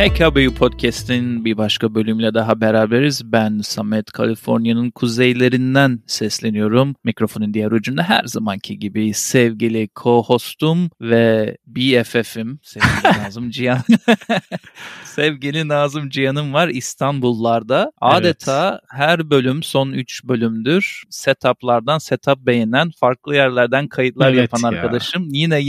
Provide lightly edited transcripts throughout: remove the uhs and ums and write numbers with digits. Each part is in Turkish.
MKBU Podcast'in bir başka bölümüyle daha beraberiz. Ben Samet, Kaliforniya'nın kuzeylerinden sesleniyorum. Mikrofonun diğer ucunda her zamanki gibi sevgili co-hostum ve BFF'im sevgili Nazım Cihan. Sevgili Nazım Cihan'ım var İstanbullarda. Adeta her bölüm, son 3 bölümdür setuplardan setup beğenen, farklı yerlerden kayıtlar yapan arkadaşım. Yine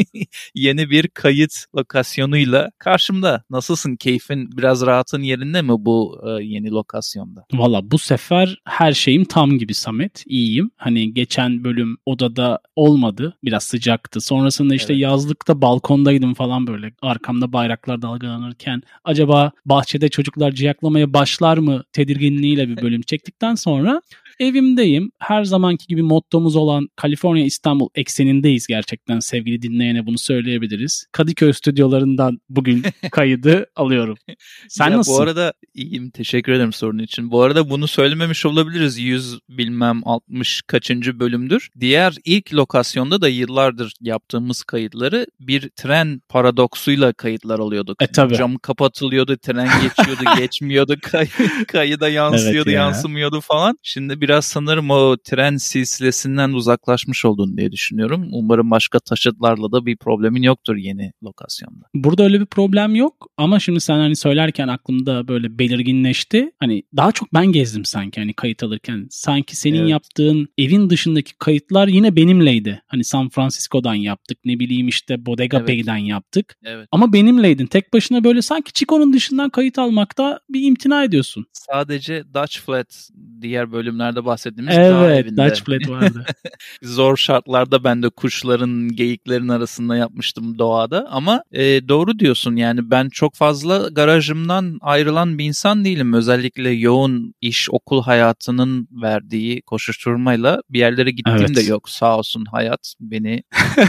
yeni bir kayıt lokasyonuyla karşımda. Nasılsın? Keyfin biraz rahatın yerinde mi bu yeni lokasyonda? Valla bu sefer her şeyim tam gibi Samet. İyiyim. Hani geçen bölüm odada olmadı. Biraz sıcaktı. Sonrasında işte yazlıkta balkondaydım falan böyle. Arkamda bayraklar dalgalanırken acaba bahçede çocuklar ciyaklamaya başlar mı tedirginliğiyle bir bölüm çektikten sonra evimdeyim. Her zamanki gibi mottomuz olan Kaliforniya İstanbul eksenindeyiz gerçekten, sevgili dinleyene bunu söyleyebiliriz. Kadıköy stüdyolarından bugün kaydı alıyorum. Sen ya nasılsın? Bu arada iyiyim, teşekkür ederim sorun için. Bu arada bunu söylememiş olabiliriz, 100 bilmem 60 kaçıncı bölümdür. Diğer ilk lokasyonda da yıllardır yaptığımız kayıtları bir tren paradoksuyla kayıtlar alıyorduk. Cam kapatılıyordu, tren geçiyordu, geçmiyordu, kayıda yansıyordu, yansımıyordu falan. Şimdi biraz sanırım o tren silsilesinden uzaklaşmış oldun diye düşünüyorum. Umarım başka taşıtlarla da bir problemin yoktur yeni lokasyonda. Burada öyle bir problem yok ama şimdi sen hani söylerken aklımda böyle belirginleşti. Hani daha çok ben gezdim sanki hani kayıt alırken. Sanki senin yaptığın evin dışındaki kayıtlar yine benimleydi. Hani San Francisco'dan yaptık, ne bileyim işte Bodega Bay'den yaptık. Evet. Ama benimleydin. Tek başına böyle sanki Chico'nun dışından kayıt almakta bir imtina ediyorsun. Sadece Dutch Flat diğer bölümlerde bahsettiğimiz dağ evinde. Evet, Dutch Flat vardı. Zor şartlarda ben de kuşların, geyiklerin arasında yapmıştım doğada ama doğru diyorsun, yani ben çok fazla garajımdan ayrılan bir insan değilim. Özellikle yoğun iş, okul hayatının verdiği koşuşturmayla bir yerlere gittiğim de yok. Sağ olsun hayat beni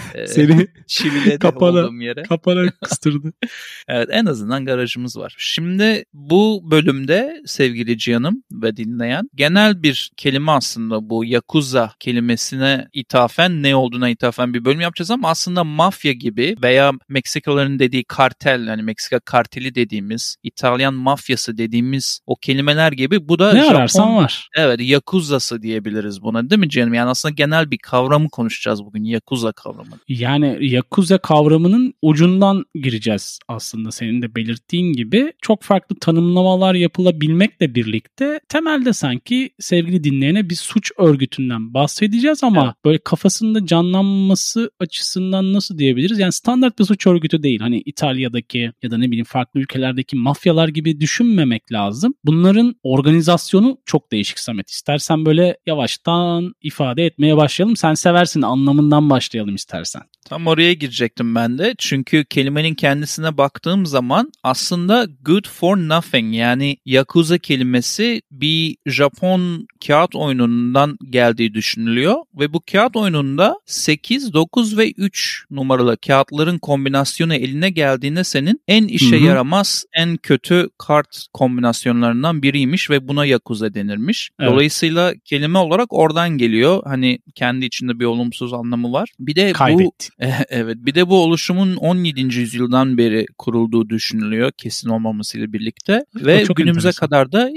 seni çiviledi olduğum yere. Kapana kıstırdı. Evet, en azından garajımız var. Şimdi bu bölümde sevgili Cihan'ım ve dinleyen, genel bir kelime aslında bu Yakuza kelimesine ithafen, ne olduğuna ithafen bir bölüm yapacağız ama aslında mafya gibi veya Meksikalıların dediği kartel, yani Meksika karteli dediğimiz, İtalyan mafyası dediğimiz o kelimeler gibi bu da ne ararsan var. Evet, Yakuza'sı diyebiliriz buna, değil mi canım? Yani aslında genel bir kavramı konuşacağız bugün, Yakuza kavramı. Yani Yakuza kavramının ucundan gireceğiz aslında, senin de belirttiğin gibi. Çok farklı tanımlamalar yapılabilmekle birlikte temelde sanki sevgili dinleyene bir suç örgütünden bahsedeceğiz ama böyle kafasında canlanması açısından nasıl diyebiliriz? Yani standart bir suç örgütü değil. Hani İtalya'daki ya da ne bileyim farklı ülkelerdeki mafyalar gibi düşünmemek lazım. Bunların organizasyonu çok değişik Samet. İstersen böyle yavaştan ifade etmeye başlayalım. Sen seversin, anlamından başlayalım istersen. Tam oraya girecektim ben de. Çünkü kelimenin kendisine baktığım zaman aslında good for nothing, yani Yakuza kelimesi bir Japon kağıt oyunundan geldiği düşünülüyor. Ve bu kağıt oyununda 8, 9 ve 3 numaralı kağıtların kombinasyonu eline geldiğinde senin en işe yaramaz, en kötü kart kombinasyonlarından biriymiş ve buna Yakuza denirmiş. Evet. Dolayısıyla kelime olarak oradan geliyor. Hani kendi içinde bir olumsuz anlamı var. Bir de bir de bu oluşumun 17. yüzyıldan beri kurulduğu düşünülüyor, kesin olmamasıyla birlikte. Ve günümüze kadar da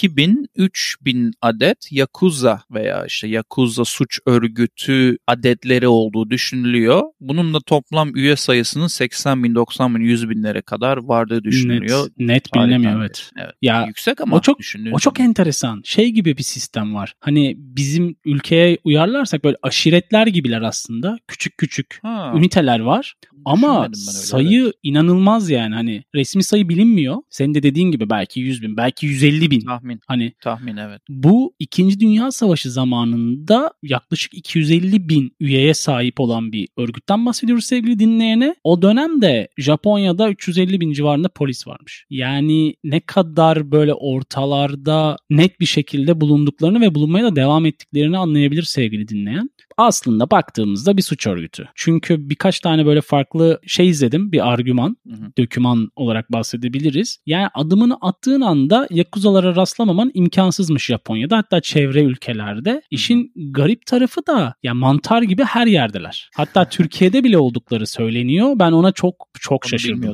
2000-3000 adet Yakuza veya işte Yakuza suç örgütü adetleri olduğu düşünülüyor. Bunun da toplam üye sayısının 80 bin, 90 bin, 100 binlere kadar vardığı düşünülüyor. Net bilinemiyor, evet. Ya, yüksek ama o çok enteresan. Şey gibi bir sistem var. Hani bizim ülkeye uyarlarsak böyle aşiretler gibiler aslında. Küçük küçük üniteler var. Ama sayı inanılmaz yani. Hani resmi sayı bilinmiyor. Senin de dediğin gibi belki 100 bin, belki 150 bin. Tahmin evet. Bu 2. Dünya Savaşı zamanında yaklaşık 250 bin üyeye sahip olan bir örgütten bahsediyoruz sevgili dinleyene. O dönemde Japonya'da 350 bin civarında polis varmış. Yani ne kadar böyle ortalarda net bir şekilde bulunduklarını ve bulunmaya da devam ettiklerini anlayabilir sevgili dinleyen. Aslında baktığımızda bir suç örgütü. Çünkü Çünkü birkaç tane böyle farklı şey izledim. Bir argüman, doküman olarak bahsedebiliriz. Yani adımını attığın anda Yakuza'lara rastlamaman imkansızmış Japonya'da. Hatta çevre ülkelerde. İşin garip tarafı da ya mantar gibi her yerdeler. Hatta Türkiye'de bile oldukları söyleniyor. Ben ona çok şaşırdım.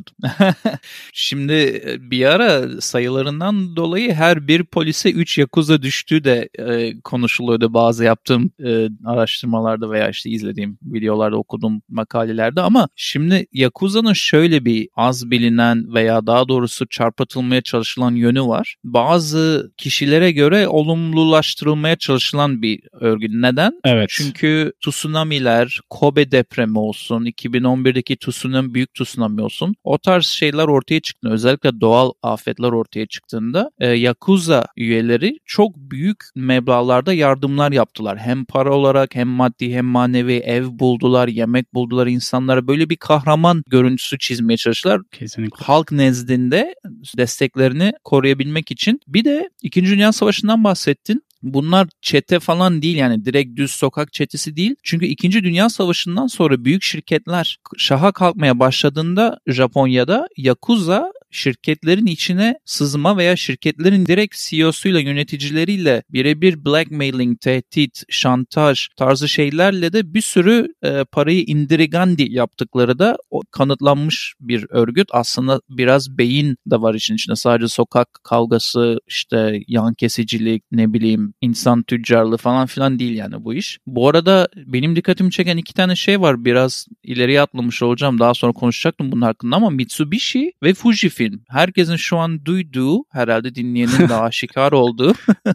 Şimdi bir ara sayılarından dolayı her bir polise 3 Yakuza düştüğü de konuşuluyordu bazı yaptığım araştırmalarda veya işte izlediğim videolarda, okuduğum makalelerde. Ama şimdi Yakuza'nın şöyle bir az bilinen veya daha doğrusu çarpıtılmaya çalışılan yönü var. Bazı kişilere göre olumlulaştırılmaya çalışılan bir örgüt. Neden? Evet. Çünkü tsunami'ler, Kobe depremi olsun, 2011'deki büyük tsunami olsun, o tarz şeyler ortaya çıktı. Özellikle doğal afetler ortaya çıktığında Yakuza üyeleri çok büyük meblağlarda yardımlar yaptılar. Hem para olarak hem maddi hem manevi, ev buldular, yemek buldular insanlara. Böyle bir kahraman görüntüsü çizmeye çalıştılar. Kesinlikle. Halk nezdinde desteklerini koruyabilmek için. Bir de 2. Dünya Savaşı'ndan bahsettin. Bunlar çete falan değil, yani direkt düz sokak çetesi değil. Çünkü 2. Dünya Savaşı'ndan sonra büyük şirketler şaha kalkmaya başladığında Japonya'da Yakuza şirketlerin içine sızma veya şirketlerin direkt CEO'suyla, yöneticileriyle birebir blackmailing, tehdit, şantaj tarzı şeylerle de bir sürü parayı indirigandi yaptıkları da kanıtlanmış bir örgüt. Aslında biraz beyin de var işin içinde. Sadece sokak kavgası, işte yan kesicilik, ne bileyim insan tüccarlığı falan filan değil yani bu iş. Bu arada benim dikkatimi çeken 2 tane şey var. Biraz ileriye atlamış olacağım. Daha sonra konuşacaktım bunun hakkında ama Mitsubishi ve Fujifilm. Herkesin şu an duyduğu, herhalde dinleyenin de aşikar olduğu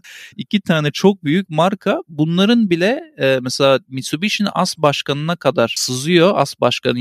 2 tane çok büyük marka. Bunların bile mesela Mitsubishi'nin as başkanına kadar sızıyor. As başkanı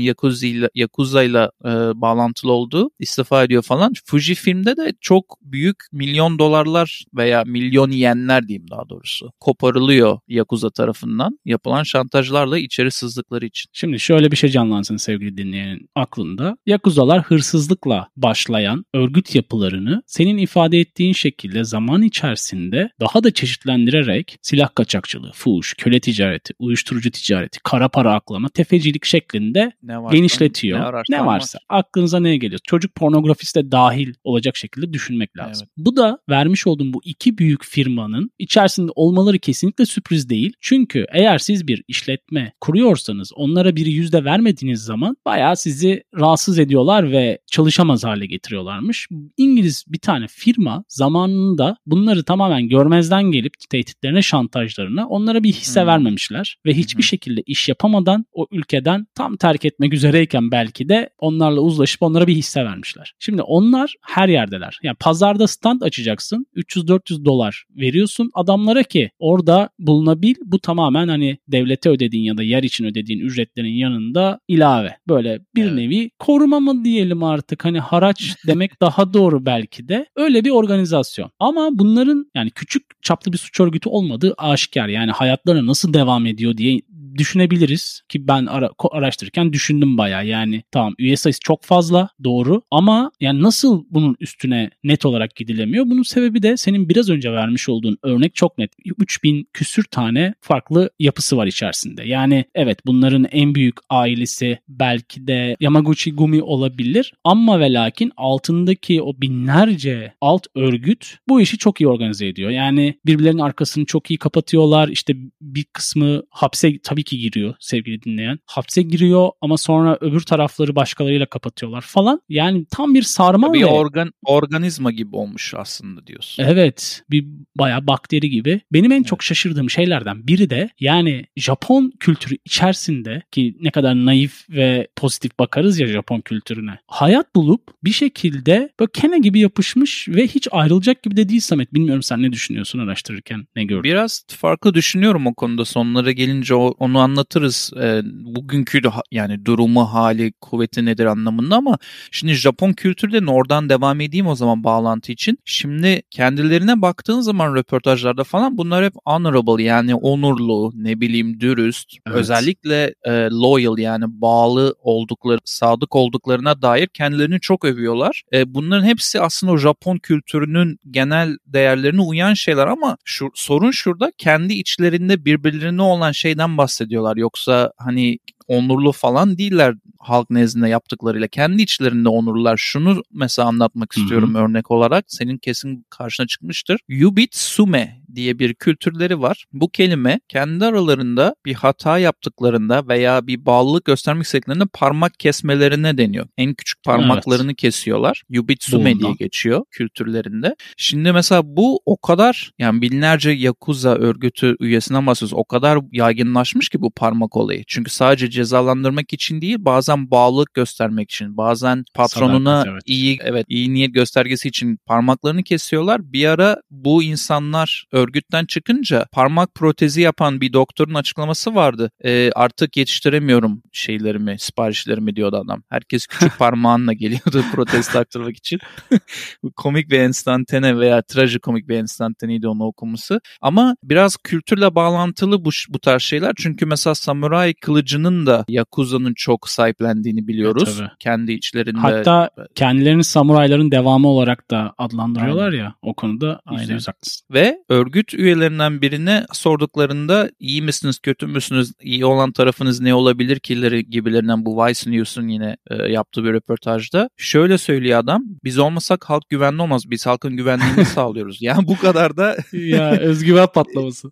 Yakuza ile bağlantılı olduğu, istifa ediyor falan. Fujifilm'de de çok büyük milyon dolarlar veya milyon yenler diyeyim daha doğrusu koparılıyor Yakuza tarafından yapılan şantajlarla içeri sızdıkları için. Şimdi şöyle bir şey canlansın sevgili dinleyenin aklında. Yakuzalar hırsızlıkla başlayan örgüt yapılarını senin ifade ettiğin şekilde zaman içerisinde daha da çeşitlendirerek silah kaçakçılığı, fuhuş, köle ticareti, uyuşturucu ticareti, kara para aklama, tefecilik şeklinde genişletiyor. Ne varsa aklınıza ne geliyor? Çocuk pornografisi de dahil olacak şekilde düşünmek lazım. Evet. Bu da vermiş olduğum bu 2 büyük firmanın içerisinde olmaları kesinlikle sürpriz değil. Çünkü eğer siz bir işletme kuruyorsanız onlara bir yüzde vermediğiniz zaman bayağı sizi rahatsız ediyorlar ve çalışamaz hale getiriyorlarmış. İngiliz bir tane firma zamanında bunları tamamen görmezden gelip tehditlerine, şantajlarına onlara bir hisse vermemişler ve hiçbir şekilde iş yapamadan o ülkeden tam terk etmek üzereyken belki de onlarla uzlaşıp onlara bir hisse vermişler. Şimdi onlar her yerdeler. Yani pazarda stand açacaksın. $300-400 veriyorsun adamlara ki orada bulunabil. Bu tamamen hani devlete ödediğin ya da yer için ödediğin ücretlerin yanında ilave. Böyle bir nevi koruma mı diyelim artık, hani haraç demek daha doğru belki de. Öyle bir organizasyon. Ama bunların yani küçük çaplı bir suç örgütü olmadığı aşikar. Yani hayatlarına nasıl devam ediyor diye düşünebiliriz ki ben araştırırken düşündüm bayağı. Yani tamam, üye sayısı çok fazla, doğru, ama yani nasıl bunun üstüne net olarak gidilemiyor? Bunun sebebi de senin biraz önce vermiş olduğun örnek çok net. 3000 küsür tane farklı yapısı var içerisinde. Yani evet, bunların en büyük ailesi belki de Yamaguchi Gumi olabilir ama ve lakin altındaki o binlerce alt örgüt bu işi çok iyi organize ediyor. Yani birbirlerinin arkasını çok iyi kapatıyorlar. İşte bir kısmı hapse tabii ki giriyor sevgili dinleyen. Hapse giriyor ama sonra öbür tarafları başkalarıyla kapatıyorlar falan. Yani tam bir sarmal bir organizma gibi olmuş aslında diyorsun. Evet, bir bayağı bakteri gibi. Benim en çok şaşırdığım şeylerden biri de yani Japon kültürü içerisinde, ki ne kadar naif ve pozitif bakarız ya Japon kültürüne, hayat bulup bir şekilde böyle kene gibi yapışmış ve hiç ayrılacak gibi de değil Samet. Bilmiyorum, sen ne düşünüyorsun araştırırken, ne gördün? Biraz farklı düşünüyorum o konuda. Sonlara gelince onu anlatırız. Bugünkü yani durumu, hali, kuvveti nedir anlamında, ama şimdi Japon kültürden oradan devam edeyim o zaman bağlantı için. Şimdi kendilerine baktığın zaman röportajlarda falan bunlar hep honorable, yani onurlu, ne bileyim dürüst, özellikle loyal, yani bağlı oldukları, sadık olduklarına dair kendilerini çok övüyorlar. Bunların hepsi aslında o Japon kültürünün genel değerlerine uyan şeyler, ama sorun şurada, kendi içlerinde birbirlerine olan şeyden bahsediyorlar. bahsediyorlar. Yoksa hani onurlu falan değiller halk nezdinde yaptıklarıyla. Kendi içlerinde onurlular. Şunu mesela anlatmak istiyorum örnek olarak. Senin kesin karşına çıkmıştır. Yubitsume diye bir kültürleri var. Bu kelime kendi aralarında bir hata yaptıklarında veya bir bağlılık göstermek istediklerinde parmak kesmelerine deniyor. En küçük parmaklarını kesiyorlar. Yubitsume diye geçiyor kültürlerinde. Şimdi mesela bu o kadar, yani binlerce Yakuza örgütü üyesinden bahsediyoruz. O kadar yaygınlaşmış ki bu parmak olayı. Çünkü sadece cezalandırmak için değil, bazen bağlılık göstermek için, bazen patronuna sadakat, iyi niyet göstergesi için parmaklarını kesiyorlar. Bir ara bu insanlar örgütten çıkınca parmak protezi yapan bir doktorun açıklaması vardı. Artık yetiştiremiyorum siparişlerimi diyordu adam. Herkes küçük parmağınla geliyordu protez taktırmak için. Komik bir enstantane veya trajikomik bir enstantaneydi onu okuması. Ama biraz kültürle bağlantılı bu tarz şeyler. Çünkü mesela samuray kılıcının da Yakuza'nın çok sahiplendiğini biliyoruz. Kendi içlerinde. Hatta kendilerini samurayların devamı olarak da adlandırıyorlar ya. O konuda aynı haklısın. Ve örgüt üyelerinden birine sorduklarında iyi misiniz, kötü müsünüz, iyi olan tarafınız ne olabilir kileri gibilerinden, bu Vice News'un yine yaptığı bir röportajda. Şöyle söylüyor adam, biz olmasak halk güvenli olmaz. Biz halkın güvenliğini sağlıyoruz. Yani bu kadar da ya özgüven patlaması.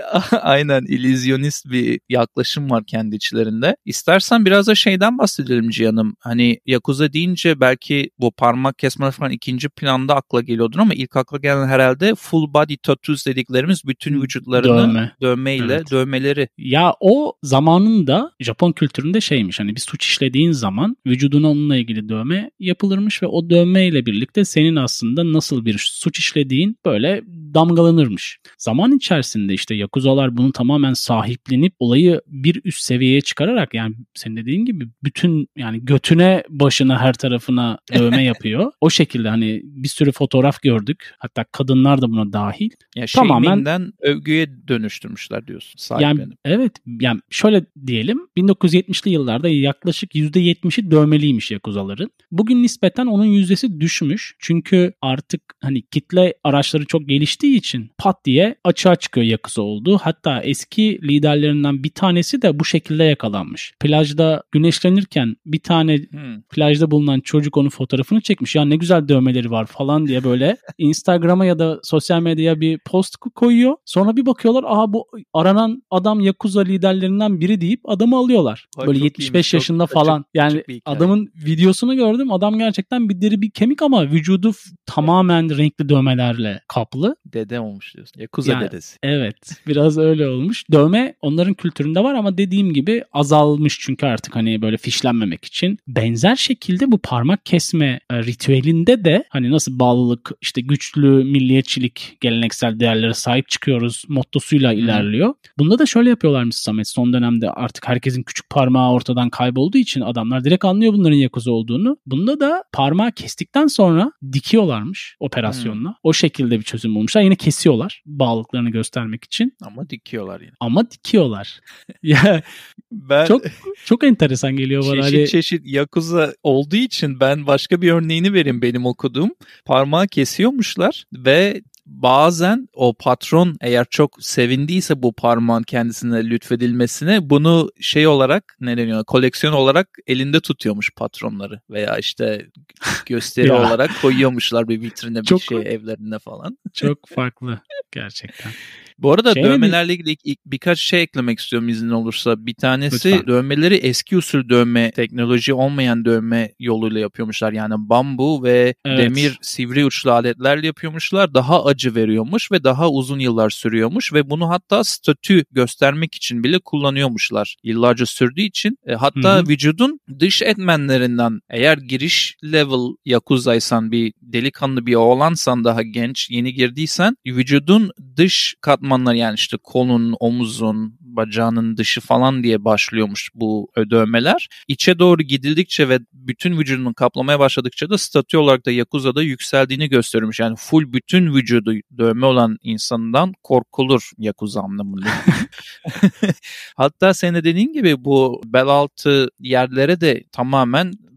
Aynen, illüzyonist bir yaklaşım var kendi içlerinde. İstersen biraz da şeyden bahsedelim Cihan'ım. Hani Yakuza deyince belki bu parmak kesmeler falan ikinci planda akla geliyordur ama ilk akla gelen herhalde full body tattoos dediklerimiz bütün vücutlarını dövmeleri. Ya o zamanında Japon kültüründe şeymiş, hani bir suç işlediğin zaman vücuduna onunla ilgili dövme yapılırmış ve o dövmeyle birlikte senin aslında nasıl bir suç işlediğin böyle damgalanırmış. Zaman içerisinde işte Yakuzalar bunu tamamen sahiplenip olayı bir üst seviyeye çıkararak, yani senin dediğin gibi bütün, yani götüne, başına, her tarafına dövme yapıyor. O şekilde hani bir sürü fotoğraf gördük. Hatta kadınlar da buna dahil. Ya tamamen övgüye dönüştürmüşler diyorsun. Yani evet, yani şöyle diyelim, 1970'li yıllarda yaklaşık %70'i dövmeliymiş Yakuzaların. Bugün nispeten onun yüzdesi düşmüş. Çünkü artık hani kitle araçları çok geliştiği için pat diye açığa çıkıyor Yakuza olduğu. Hatta eski liderlerinden bir tanesi de bu şekilde yakalanmış. Plajda güneşlenirken bir tane plajda bulunan çocuk onun fotoğrafını çekmiş. Ya ne güzel dövmeleri var falan diye böyle Instagram'a ya da sosyal medyaya bir post koyuyor. Sonra bir bakıyorlar, aha bu aranan adam Yakuza liderlerinden biri deyip adamı alıyorlar. Böyle 75 yaşında falan. Yani adamın videosunu gördüm. Adam gerçekten bir deri bir kemik ama vücudu tamamen renkli dövmelerle kaplı. Dede olmuş diyorsun. Yakuza dedesi. Evet. Biraz öyle olmuş. Dövme onların kültüründe var ama dediğim gibi azalmış çünkü artık hani böyle fişlenmemek için. Benzer şekilde bu parmak kesme ritüelinde de hani nasıl bağlılık, işte güçlü milliyetçilik, geleneksel değerlere sahip çıkıyoruz mottosuyla ilerliyor. Bunda da şöyle yapıyorlarmış Samet. Son dönemde artık herkesin küçük parmağı ortadan kaybolduğu için adamlar direkt anlıyor bunların Yakuza olduğunu. Bunda da parmağı kestikten sonra dikiyorlarmış operasyonla. O şekilde bir çözüm bulmuşlar. Yine kesiyorlar bağlılıklarını göstermek için. Ama dikiyorlar yine. Ama dikiyorlar. Ya çok enteresan geliyor bana. Çeşit Yakuza olduğu için ben başka bir örneğini vereyim benim okuduğum. Parmağı kesiyormuşlar ve bazen o patron eğer çok sevindiyse bu parmağın kendisine lütfedilmesine, bunu şey olarak, ne deniyor, koleksiyon olarak elinde tutuyormuş patronları veya işte gösteri olarak koyuyormuşlar bir vitrine, bir şey evlerinde falan. Çok farklı gerçekten. Bu arada dövmelerle ilgili birkaç şey eklemek istiyorum izin olursa. Bir tanesi, lütfen, dövmeleri eski usul dövme, teknoloji olmayan dövme yoluyla yapıyormuşlar. Yani bambu ve demir sivri uçlu aletlerle yapıyormuşlar. Daha acı veriyormuş ve daha uzun yıllar sürüyormuş ve bunu hatta statü göstermek için bile kullanıyormuşlar. Yıllarca sürdüğü için. Hatta vücudun dış etmenlerinden, eğer giriş level Yakuza'ysan, bir delikanlı bir oğlansan, daha genç, yeni girdiysen, vücudun dış katmanlar, yani işte kolun, omuzun, bacağının dışı falan diye başlıyormuş bu dövmeler. İçe doğru gidildikçe ve bütün vücudunu kaplamaya başladıkça da statü olarak da Yakuza'da yükseldiğini gösteriyormuş. Yani full bütün vücudu dövme olan insandan korkulur Yakuza anlamında. Hatta senin dediğin gibi bu bel altı yerlere de tamamen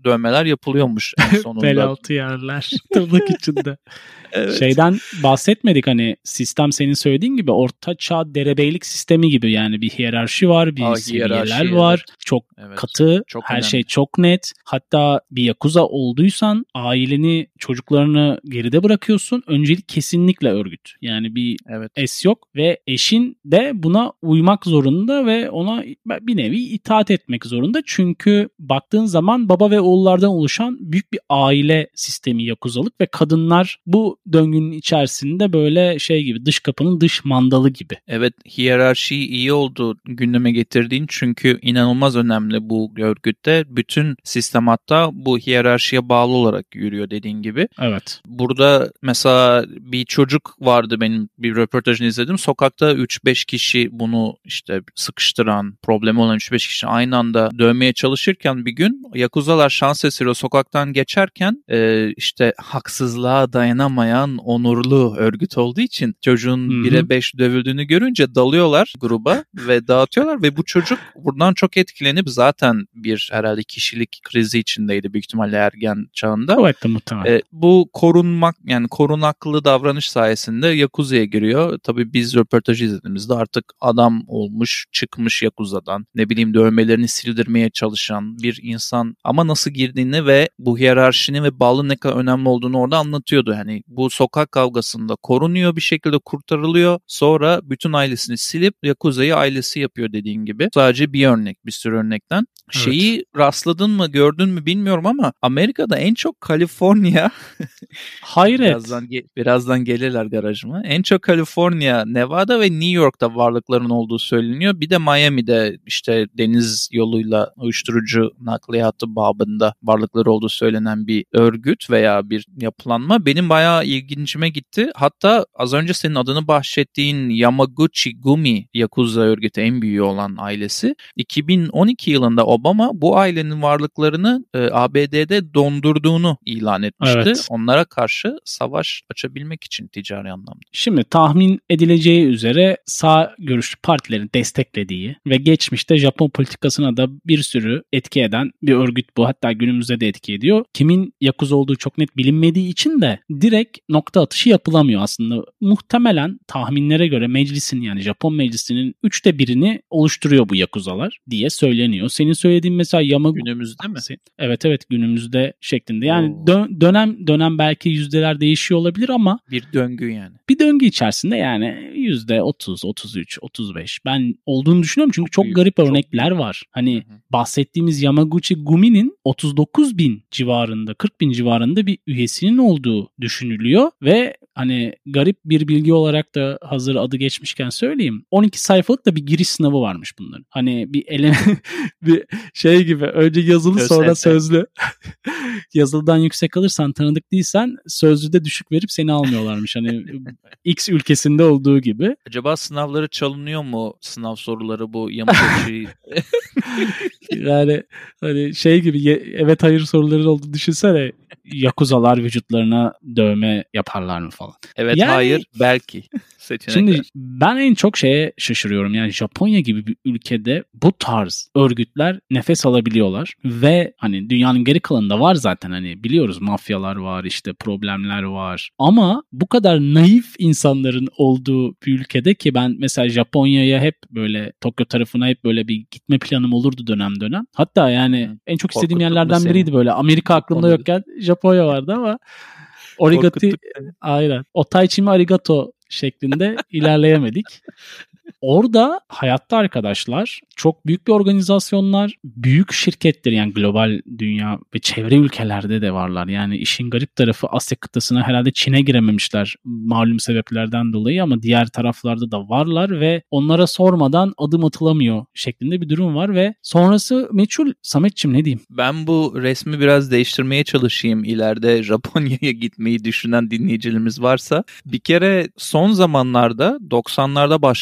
dövmeler yapılıyormuş en sonunda. Bel altı yerler tırnak içinde. Evet. Şeyden bahsetmedik, hani sistem senin söylediğin gibi orta çağ derebeylik sistemi gibi, yani bir hiyerarşi var, bir seviyeler var. Evet. Çok katı, çok her önemli. Şey çok net. Hatta bir yakuza olduysan aileni, çocuklarını geride bırakıyorsun. Öncelik kesinlikle örgüt. Yani bir es yok ve eşin de buna uymak zorunda ve ona bir nevi itaat etmek zorunda. Çünkü baktığın zaman baba ve oğullardan oluşan büyük bir aile sistemi yakuzalık ve kadınlar bu döngünün içerisinde böyle şey gibi, dış kapının dış mandalı gibi. Evet, hiyerarşi iyi oldu gündeme getirdiğin, çünkü inanılmaz önemli bu örgütte. Bütün sistem hatta bu hiyerarşiye bağlı olarak yürüyor dediğin gibi. Evet. Burada mesela bir çocuk vardı, benim bir röportajını izledim. Sokakta 3-5 kişi bunu işte sıkıştıran, problemi olan 3-5 kişi aynı anda dövmeye çalışırken bir gün yakuzalar şans eseri sokaktan geçerken işte haksızlığa dayanamayan onurlu örgüt olduğu için çocuğun 1'e 5 dövüldüğünü görünce dalıyorlar gruba ve dağıtıyorlar ve bu çocuk buradan çok etkilenip zaten bir herhalde kişilik krizi içindeydi büyük ihtimalle ergen çağında. Evet, muhtemelen. Bu korunaklı davranış sayesinde Yakuza'ya giriyor. Tabii biz röportajı izlediğimizde artık adam olmuş, çıkmış Yakuza'dan, ne bileyim dövmelerini sildirmeye çalışan bir insan, ama nasıl girdiğini ve bu hiyerarşinin ve bağlı ne kadar önemli olduğunu orada anlatıyordu. Hani bu sokak kavgasında korunuyor, bir şekilde kurtarılıyor. Sonra bütün ailesini silip Yakuza'yı ailesi yapıyor dediğin gibi. Sadece bir örnek, bir sürü örnekten. Evet. Şeyi rastladın mı, gördün mü bilmiyorum ama Amerika'da en çok Kaliforniya hayret. Birazdan gelirler garajıma. En çok Kaliforniya, Nevada ve New York'ta varlıkların olduğu söyleniyor. Bir de Miami'de işte deniz yoluyla uyuşturucu nakliyatı babında varlıkları olduğu söylenen bir örgüt veya bir yapılanma. Benim bayağı ilgincime gitti. Hatta az önce senin adını bahsettiğin Yamaguchi Gumi Yakuza örgütü, en büyüğü olan ailesi. 2012 yılında Obama bu ailenin varlıklarını ABD'de dondurduğunu ilan etmişti. Evet. Onlara karşı savaş açabilmek için ticari anlamda. Şimdi tahmin edileceği üzere sağ görüşlü partilerin desteklediği ve geçmişte Japon politikasına da bir sürü etki eden bir örgüt bu. Hatta günümüzde de etki ediyor. Kimin yakuza olduğu çok net bilinmediği için de direkt nokta atışı yapılamıyor aslında. Muhtemelen tahminlere göre meclisin, yani Japon meclisinin 1/3'ini oluşturuyor bu yakuzalar diye söyleniyor. Senin söylediğin mesela günümüzde mi? Evet, günümüzde şeklinde. Yani dönem belki yüzdeler değişiyor olabilir ama bir döngü yani. Bir döngü içerisinde yani %30, 33, 35 ben olduğunu düşünüyorum çünkü çok garip örnekler var. Hani bahsettiğimiz Yamaguchi Gumi'nin 39.000 civarında, 40.000 civarında bir üyesinin olduğu düşünülüyor ve hani garip bir bilgi olarak da hazır adı geçmişken söyleyeyim. 12 sayfalık da bir giriş sınavı varmış bunların. Hani bir bir şey gibi, önce yazılı sonra sözlü. Yazılıdan yüksek alırsan, tanıdık değilsen sözlüde düşük verip seni almıyorlarmış. Hani X ülkesinde olduğu gibi. Acaba sınavları çalınıyor mu, sınav soruları bu Yamaguchi? Yani hani şey gibi, evet hayır soruları olduğunu düşünsene. Yakuzalar vücutlarına dövme yaparlar mı falan. Evet yani, hayır belki. Şimdi ben en çok şeye şaşırıyorum. Yani Japonya gibi bir ülkede bu tarz örgütler nefes alabiliyorlar ve hani dünyanın geri kalanında var zaten, hani biliyoruz mafyalar var, işte problemler var. Ama bu kadar naif insanların olduğu bir ülkede, ki ben mesela Japonya'ya hep böyle Tokyo tarafına hep böyle bir gitme planım olurdu dönem. Hatta yani en çok istediğim yerlerden biriydi böyle. Amerika aklımda yokken Japonya vardı ama origati, aynen. Otaichi mi arigato şeklinde ilerleyemedik. Orada hayatta arkadaşlar, çok büyük bir organizasyonlar, büyük şirketler, yani global dünya ve çevre ülkelerde de varlar. Yani işin garip tarafı Asya kıtasına herhalde Çin'e girememişler malum sebeplerden dolayı ama diğer taraflarda da varlar ve onlara sormadan adım atılamıyor şeklinde bir durum var ve sonrası meçhul. Sametçim ne diyeyim? Ben bu resmi biraz değiştirmeye çalışayım ileride Japonya'ya gitmeyi düşünen dinleyicilerimiz varsa. Bir kere son zamanlarda 90'larda başladı bu ama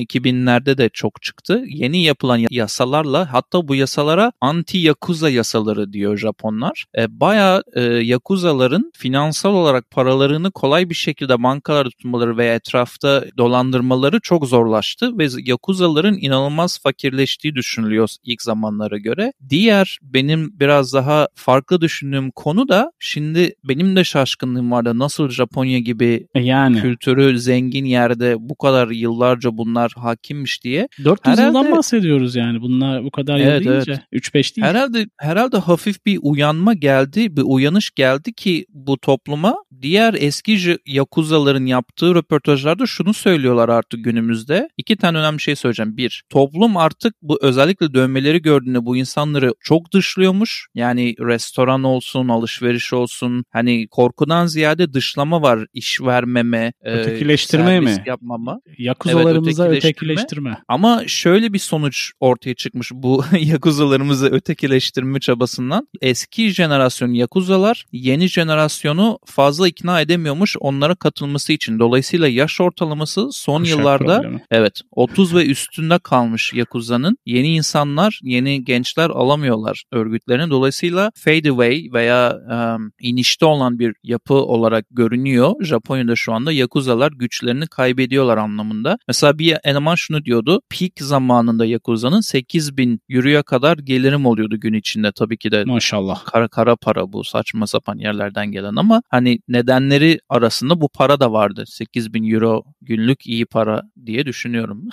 2000'lerde de çok çıktı. Yeni yapılan yasalarla, hatta bu yasalara anti-yakuza yasaları diyor Japonlar. Bayağı yakuzaların finansal olarak paralarını kolay bir şekilde bankalarda tutmaları veya etrafta dolandırmaları çok zorlaştı ve yakuzaların inanılmaz fakirleştiği düşünülüyor ilk zamanlara göre. Diğer benim biraz daha farklı düşündüğüm konu da, şimdi benim de şaşkınlığım vardı. Nasıl Japonya gibi kültürü zengin yerde bu kadar yıllarca bunlar hakimmiş diye. 400 yıldan bahsediyoruz yani. Bunlar bu kadar yıl deyince. Evet. 3-5 değil. Herhalde hafif bir uyanma geldi, bir uyanış geldi ki bu topluma. Diğer eski yakuzaların yaptığı röportajlarda şunu söylüyorlar artık günümüzde. 2 tane önemli şey söyleyeceğim. 1, toplum artık bu özellikle dövmeleri gördüğünde bu insanları çok dışlıyormuş. Yani restoran olsun, alışveriş olsun. Hani korkudan ziyade dışlama var. İş vermeme, ötekileştirme mi? Yapmama. Yakuzalarımıza ötekileştirme. Ama şöyle bir sonuç ortaya çıkmış bu yakuzalarımızı ötekileştirme çabasından. Eski jenerasyon yakuzalar yeni jenerasyonu fazla ikna edemiyormuş onlara katılması için. Dolayısıyla yaş ortalaması son Kuşak yıllarda problemi. 30 ve üstünde kalmış yakuzanın. Yeni insanlar, yeni gençler alamıyorlar örgütlerini. Dolayısıyla fade away veya inişte olan bir yapı olarak görünüyor. Japonya'da şu anda yakuzalar güçlerini kaybediyorlar anlamında. Mesela bir eleman şunu diyordu. Peak zamanında yakuzanın 8.000 euroya kadar gelirim oluyordu gün içinde. Tabii ki de maşallah. Kara para bu, saçma sapan yerlerden gelen, ama hani nedenleri arasında bu para da vardı. 8.000 euro günlük iyi para diye düşünüyorum.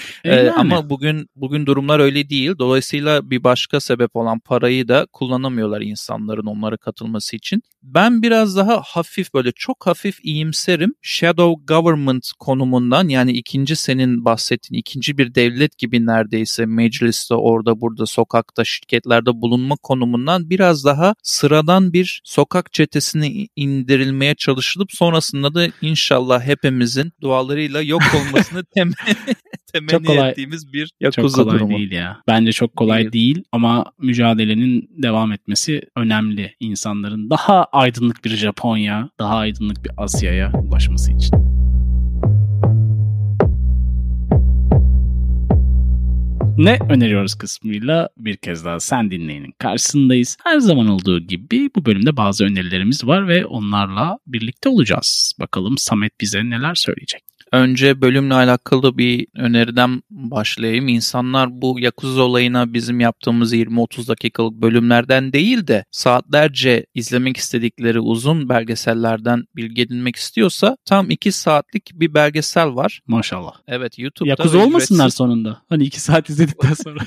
Ama bugün durumlar öyle değil. Dolayısıyla bir başka sebep olan parayı da kullanamıyorlar insanların onlara katılması için. Ben biraz daha hafif, böyle çok hafif iyimserim. Shadow government konumundan, yani ikinci senin bahsettiğin ikinci bir devlet gibi neredeyse mecliste, orada burada, sokakta, şirketlerde bulunma konumundan biraz daha sıradan bir sokak çetesine indirilmeye çalışılıp sonrasında da inşallah hepimizin dualarıyla yok olmasını temenni ettiğimiz bir yakuza durumu. Çok kolay değil ya. Bence çok kolay değil ama mücadelenin devam etmesi önemli. İnsanların daha aydınlık bir Japonya, daha aydınlık bir Asya'ya ulaşması için. Ne öneriyoruz kısmıyla bir kez daha Sen Dinleyin'in karşısındayız. Her zaman olduğu gibi bu bölümde bazı önerilerimiz var ve onlarla birlikte olacağız. Bakalım Samet bize neler söyleyecek. Önce bölümle alakalı bir öneriden başlayayım. İnsanlar bu Yakuza olayına bizim yaptığımız 20-30 dakikalık bölümlerden değil de saatlerce izlemek istedikleri uzun belgesellerden bilgi edinmek istiyorsa tam 2 saatlik bir belgesel var. Maşallah. Evet, YouTube'da. Yakuza olmasınlar sonunda. Hani 2 saat izledikten sonra.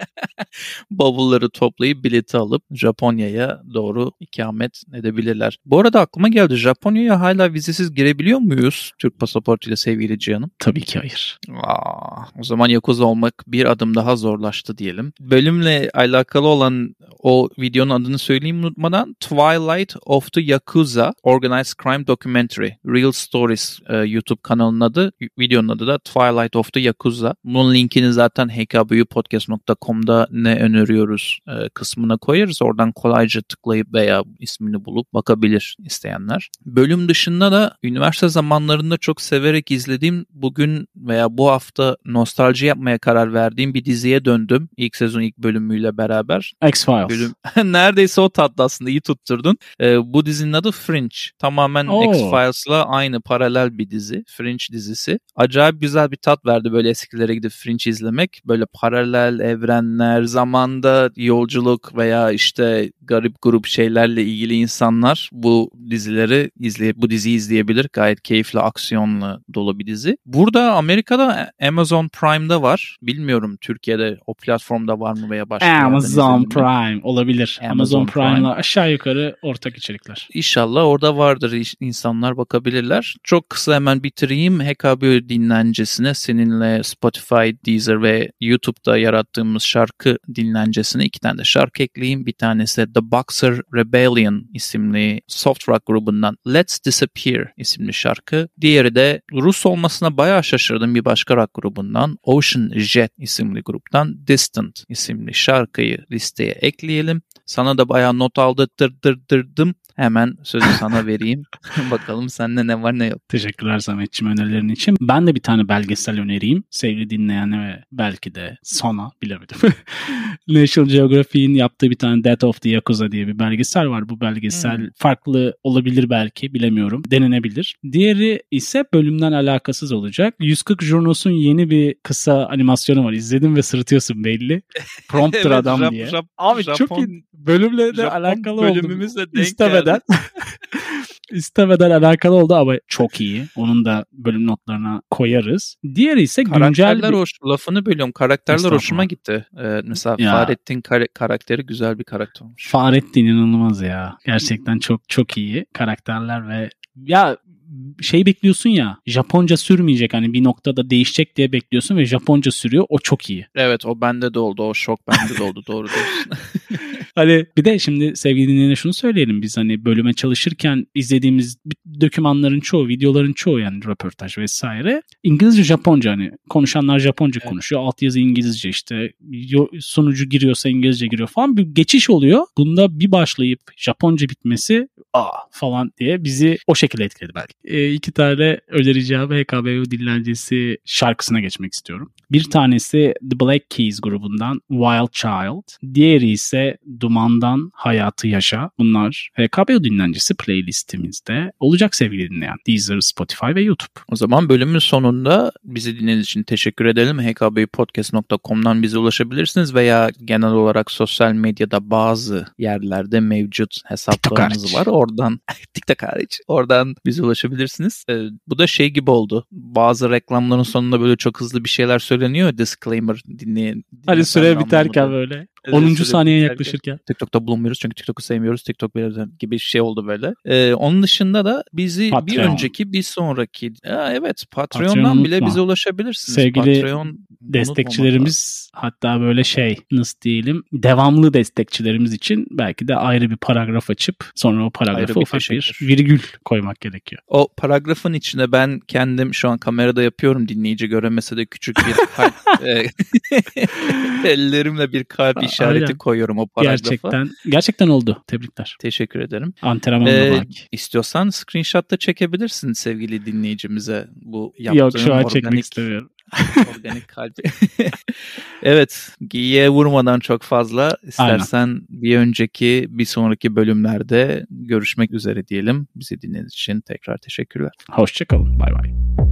Bavulları toplayıp bileti alıp Japonya'ya doğru ikamet edebilirler. Bu arada aklıma geldi. Japonya'ya hala vizesiz girebiliyor muyuz Türk pasaportuyla sevgili Cihan'ım? Tabii ki hayır. O zaman Yakuza olmak bir adım daha zorlaştı diyelim. Bölümle alakalı olan o videonun adını söyleyeyim unutmadan. Twilight of the Yakuza Organized Crime Documentary. Real Stories YouTube kanalının adı. Videonun adı da Twilight of the Yakuza. Bunun linkini zaten hkbuyupodcast.com'da ne öneriyoruz kısmına koyarız. Oradan kolayca tıklayıp veya ismini bulup bakabilir isteyenler. Bölüm dışında da üniversite zamanlarında çok severek izlediğim, bugün veya bu hafta nostalji yapmaya karar verdiğim bir diziye döndüm. İlk sezon ilk bölümüyle beraber. X-Files. Neredeyse o tatlı, aslında iyi tutturdun. Bu dizinin adı Fringe. Tamamen X-Files'la aynı paralel bir dizi. Fringe dizisi. Acayip güzel bir tat verdi böyle eskilere gidip Fringe izlemek. Böyle paralel evrenler, zamanda yolculuk veya işte garip grup şeylerle ilgili insanlar bu diziyi izleyebilir. Gayet keyifli, aksiyonla dolu bir dizi. Burada Amerika'da Amazon Prime'da var. Bilmiyorum Türkiye'de o platformda var mı veya başka Amazon Prime olabilir. Amazon Prime'la aşağı yukarı ortak içerikler. İnşallah orada vardır, insanlar bakabilirler. Çok kısa hemen bitireyim. HKB dinlencesine seninle Spotify, Deezer ve YouTube'da yarattığımız şarkı dinlencesine 2 tane de şarkı ekleyeyim. Bir tanesi The Boxer Rebellion isimli soft rock grubundan Let's Disappear isimli şarkı. Diğeri de Rus olmasına bayağı şaşırdım, bir başka rock grubundan Ocean Jet isimli gruptan Distant isimli şarkıyı listeye ekleyelim. Sana da bayağı not aldırdım. hemen sözü sana vereyim. Bakalım sende ne var ne yok. Teşekkürler Samet'ciğim önerilerin için. Ben de bir tane belgesel önereyim. Sevgili dinleyenler ve belki de sana bilemedim. National Geographic'in yaptığı bir tane Death of the Yakuza diye bir belgesel var. Bu belgesel farklı olabilir belki, bilemiyorum. Denenebilir. Diğeri ise bölümden alakasız olacak. 140 Jurnos'un yeni bir kısa animasyonu var. İzledim ve sırıtıyorsun belli. Prompter evet, adam diye. Abi Japon, çok iyi. Bölümle de alakalı oldu. İstemeden. İstemeden alakalı oldu ama çok iyi. Onun da bölüm notlarına koyarız. Diğeri ise güncel bir... Lafını bölüyorum. Karakterler hoşuma gitti. Mesela Fahrettin karakteri güzel bir karakter olmuş. Fahrettin inanılmaz ya. Gerçekten çok çok iyi karakterler ve ya şey bekliyorsun ya, Japonca sürmeyecek, hani bir noktada değişecek diye bekliyorsun ve Japonca sürüyor, o çok iyi. Evet, o bende de oldu, o şok bende de oldu, doğru diyorsun. Hani bir de şimdi sevgili dinleyenlere şunu söyleyelim, biz hani bölüme çalışırken izlediğimiz dokümanların çoğu, videoların çoğu, yani röportaj vesaire İngilizce Japonca, hani konuşanlar Japonca konuşuyor, altyazı İngilizce, işte sunucu giriyorsa İngilizce giriyor falan, bir geçiş oluyor. Bunda bir başlayıp Japonca bitmesi falan diye bizi o şekilde etkiledi belki. 2 tane önereceğim HKBU dinlencesi şarkısına geçmek istiyorum. Bir tanesi The Black Keys grubundan Wild Child. Diğeri ise Duman'dan Hayatı Yaşa. Bunlar HKBU dinlencesi playlistimizde olacak sevgili dinleyen. Deezer, Spotify ve YouTube. O zaman bölümün sonunda bizi dinlediğiniz için teşekkür edelim. hkbupodcast.com'dan bize ulaşabilirsiniz veya genel olarak sosyal medyada bazı yerlerde mevcut hesaplarımız var. Oradan TikTok hariç. Oradan bize ulaşabilirsiniz. Bu da şey gibi oldu. Bazı reklamların sonunda böyle çok hızlı bir şeyler söyleniyor. Disclaimer dinleyin. Hani süre biterken böyle. 10. saniyeye yaklaşırken. TikTok'ta bulunmuyoruz çünkü TikTok'u sevmiyoruz. TikTok gibi bir şey oldu böyle. Onun dışında da bizi Patreon. Bir önceki, bir sonraki. Evet, Patreon'dan bile bize ulaşabilirsiniz. Sevgili Patreon, destekçilerimiz, hatta böyle nasıl diyelim, devamlı destekçilerimiz için belki de ayrı bir paragraf açıp sonra o paragrafa ufak bir virgül koymak gerekiyor. O paragrafın içine ben kendim şu an kamerada yapıyorum, dinleyici göremese de küçük bir kalp ellerimle bir kalp işareti koyuyorum o paragrafa. Gerçekten oldu. Tebrikler. Teşekkür ederim. Antrenmanla belki. İstiyorsan screenshot da çekebilirsin sevgili dinleyicimize bu yaptığın Yok, şu an çekmek istemiyorum. Organik kalp. Evet, geyiğe vurmadan çok fazla. İstersen bir önceki, bir sonraki bölümlerde görüşmek üzere diyelim. Bizi dinlediğiniz için tekrar teşekkürler. Hoşça kalın. Bay bay.